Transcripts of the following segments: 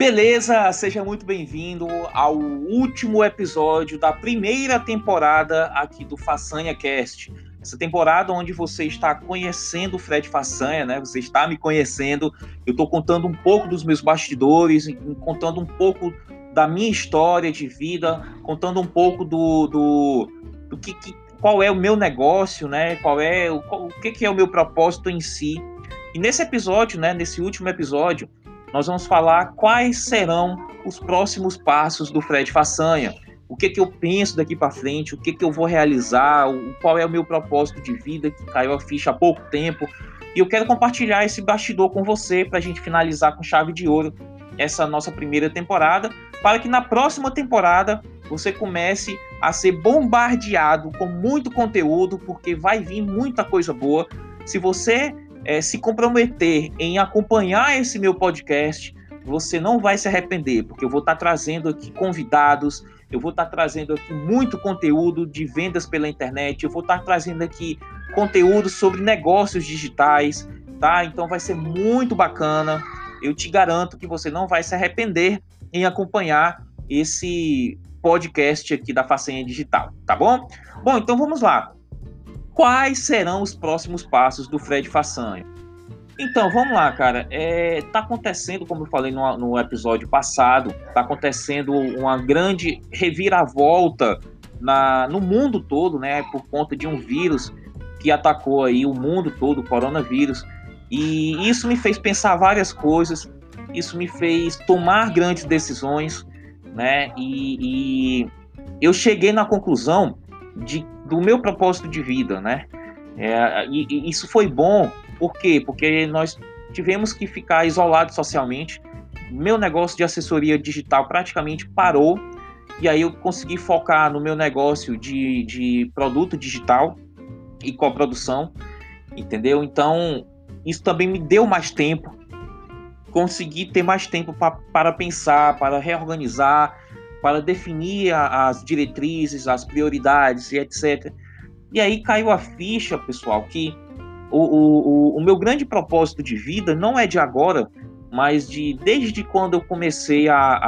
Beleza, seja muito bem-vindo ao último episódio da primeira temporada aqui do Façanha Cast. Essa temporada onde você está conhecendo o Fred Façanha, né? Você está me conhecendo. Eu estou contando um pouco dos meus bastidores, contando um pouco da minha história de vida, contando um pouco qual é o meu negócio, né? O que é o meu propósito em si. E nesse episódio, né? Nesse último episódio, nós vamos falar quais serão os próximos passos do Fred Façanha, o que eu penso daqui para frente, o que eu vou realizar, qual é o meu propósito de vida, que caiu a ficha há pouco tempo. E eu quero compartilhar esse bastidor com você para a gente finalizar com chave de ouro essa nossa primeira temporada, para que na próxima temporada você comece a ser bombardeado com muito conteúdo, porque vai vir muita coisa boa. Se você se comprometer em acompanhar esse meu podcast, você não vai se arrepender, porque eu vou estar trazendo aqui convidados, eu vou estar trazendo aqui muito conteúdo de vendas pela internet, eu vou estar trazendo aqui conteúdo sobre negócios digitais, tá? Então vai ser muito bacana. Eu te garanto que você não vai se arrepender em acompanhar esse podcast aqui da Façanha Digital, tá bom? Bom, então vamos lá. Quais serão os próximos passos do Fred Façanha? Então, vamos lá, cara. Tá acontecendo, como eu falei no episódio passado, tá acontecendo uma grande reviravolta no mundo todo, né? Por conta de um vírus que atacou aí o mundo todo, o coronavírus. E isso me fez pensar várias coisas, isso me fez tomar grandes decisões, né? E eu cheguei na conclusão do meu propósito de vida, né? E isso foi bom, por quê? Porque nós tivemos que ficar isolados socialmente. Meu negócio de assessoria digital praticamente parou, e aí eu consegui focar no meu negócio de produto digital e coprodução, entendeu? Então, isso também me deu mais tempo, consegui ter mais tempo para pensar, para reorganizar, para definir as diretrizes, as prioridades e etc. E aí caiu a ficha, pessoal, que o meu grande propósito de vida não é de agora, mas desde quando eu comecei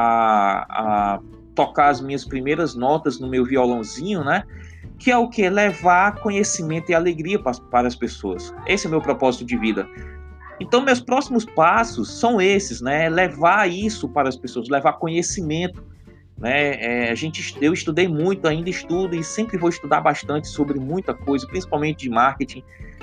a tocar as minhas primeiras notas no meu violãozinho, né? Que é o quê? Levar conhecimento e alegria para as pessoas. Esse é o meu propósito de vida. Então, meus próximos passos são esses, né? Levar isso para as pessoas, levar conhecimento, né? Eu estudei muito, ainda estudo e sempre vou estudar bastante sobre muita coisa, principalmente de marketing,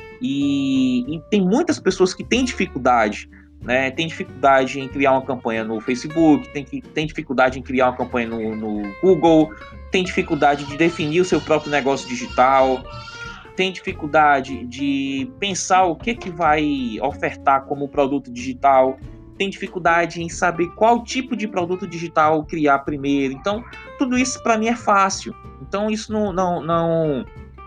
e tem muitas pessoas que têm dificuldade, né? Tem dificuldade em criar uma campanha no Facebook, tem dificuldade em criar uma campanha no Google, tem dificuldade de definir o seu próprio negócio digital, tem dificuldade de pensar o que vai ofertar como produto digital, tem dificuldade em saber qual tipo de produto digital criar primeiro. Então, tudo isso para mim é fácil. Então, isso não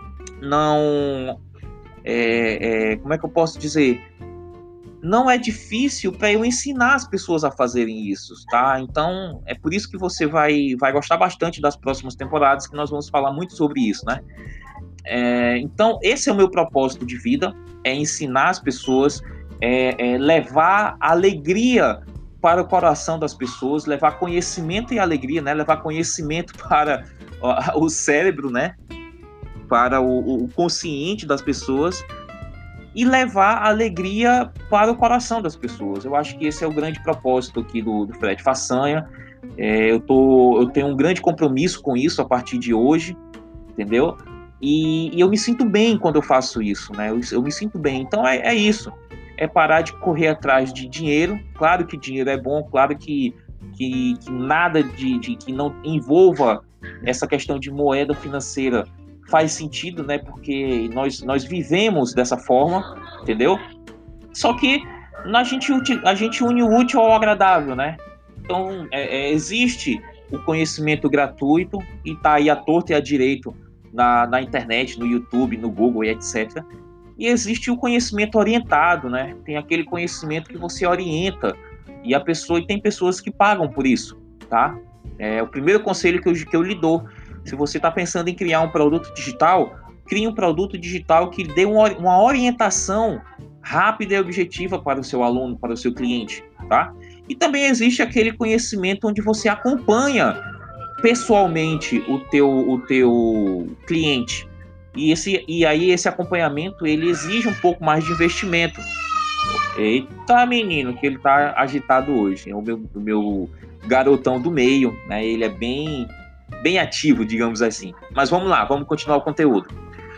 como é que eu posso dizer? Não é difícil para eu ensinar as pessoas a fazerem isso, tá? Então, é por isso que você vai gostar bastante das próximas temporadas, que nós vamos falar muito sobre isso, né? Então, esse é o meu propósito de vida, é ensinar as pessoas, levar alegria para o coração das pessoas, levar conhecimento e alegria, né? Levar conhecimento para o cérebro, né? Para o consciente das pessoas e levar alegria para o coração das pessoas. Eu acho que esse é o grande propósito aqui do Fred Façanha. Eu tenho um grande compromisso com isso a partir de hoje, entendeu? E eu me sinto bem quando eu faço isso, né? Eu me sinto bem. Então é isso. É parar de correr atrás de dinheiro. Claro que dinheiro é bom, claro que nada que não envolva essa questão de moeda financeira faz sentido, né? Porque nós vivemos dessa forma, entendeu? Só que a gente une o útil ao agradável, né? Então existe o conhecimento gratuito e tá aí à torta e à direito na internet, no YouTube, no Google e etc. E existe o conhecimento orientado, né? Tem aquele conhecimento que você orienta e tem pessoas que pagam por isso, tá? O primeiro conselho que eu lhe dou: se você está pensando em criar um produto digital, crie um produto digital que dê uma orientação rápida e objetiva para o seu aluno, para o seu cliente, tá? E também existe aquele conhecimento onde você acompanha pessoalmente o teu cliente. E aí esse acompanhamento ele exige um pouco mais de investimento. Eita, menino, que ele tá agitado hoje. É o meu garotão do meio, né? Ele é bem ativo, digamos assim. Mas vamos lá, vamos continuar o conteúdo.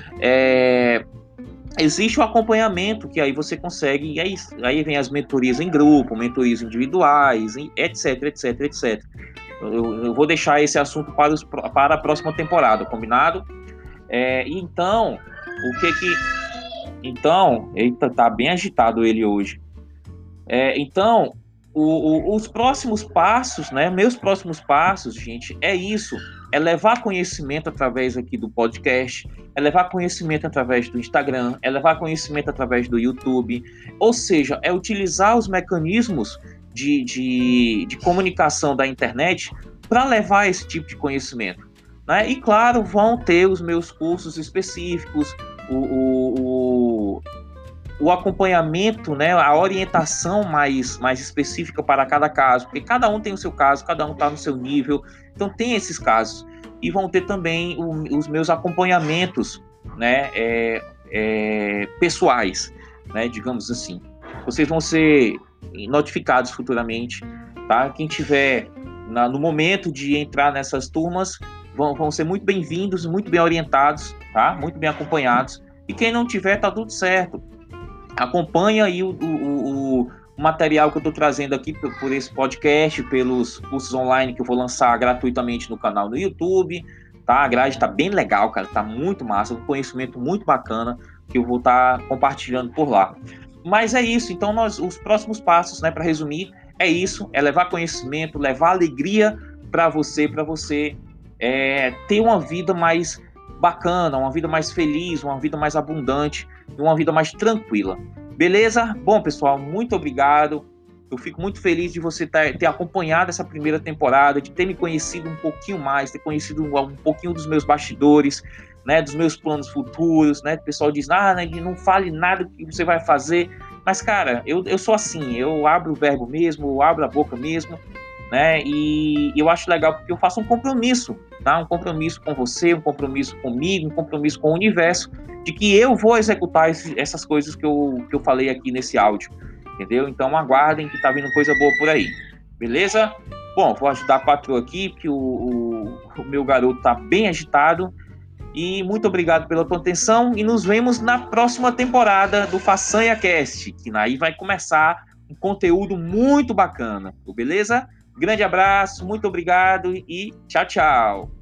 Existe o acompanhamento que aí você consegue, e aí vem as mentorias em grupo, mentorias individuais, etc, etc, etc. Eu vou deixar esse assunto para a próxima temporada, combinado? Então, Então, eita, tá bem agitado ele hoje. Então, os próximos passos, né? Meus próximos passos, gente, é isso. É levar conhecimento através aqui do podcast, é levar conhecimento através do Instagram, é levar conhecimento através do YouTube. Ou seja, é utilizar os mecanismos de comunicação da internet para levar esse tipo de conhecimento. Né? E, claro, vão ter os meus cursos específicos, o acompanhamento, né, a orientação mais específica para cada caso, porque cada um tem o seu caso, cada um está no seu nível, então tem esses casos. E vão ter também os meus acompanhamentos, né, pessoais, né, digamos assim. Vocês vão ser notificados futuramente, tá? Quem tiver no momento de entrar nessas turmas, vão ser muito bem-vindos, muito bem orientados, tá? Muito bem acompanhados. E quem não tiver, tá tudo certo. Acompanha aí o material que eu estou trazendo aqui por esse podcast, pelos cursos online que eu vou lançar gratuitamente no canal no YouTube, tá? A grade está bem legal, cara, tá muito massa, um conhecimento muito bacana que eu vou estar compartilhando por lá. Mas é isso, então os próximos passos, né, para resumir, é isso, é levar conhecimento, levar alegria para você ter uma vida mais bacana, uma vida mais feliz, uma vida mais abundante, uma vida mais tranquila. Beleza? Bom, pessoal, muito obrigado. Eu fico muito feliz de você ter acompanhado essa primeira temporada, de ter me conhecido um pouquinho mais, ter conhecido um pouquinho dos meus bastidores, né, dos meus planos futuros, né? O pessoal diz, né, não fale nada do que você vai fazer. Mas, cara, eu sou assim, eu abro o verbo mesmo, eu abro a boca mesmo, né? E eu acho legal porque eu faço um compromisso, tá? Um compromisso com você, um compromisso comigo, um compromisso com o universo, de que eu vou executar essas coisas que eu falei aqui nesse áudio, entendeu? Então aguardem que tá vindo coisa boa por aí, beleza? Bom, vou ajudar a patroa aqui, porque o meu garoto tá bem agitado. E muito obrigado pela tua atenção e nos vemos na próxima temporada do Façanha Cast, que aí vai começar um conteúdo muito bacana, beleza? Grande abraço, muito obrigado e tchau, tchau.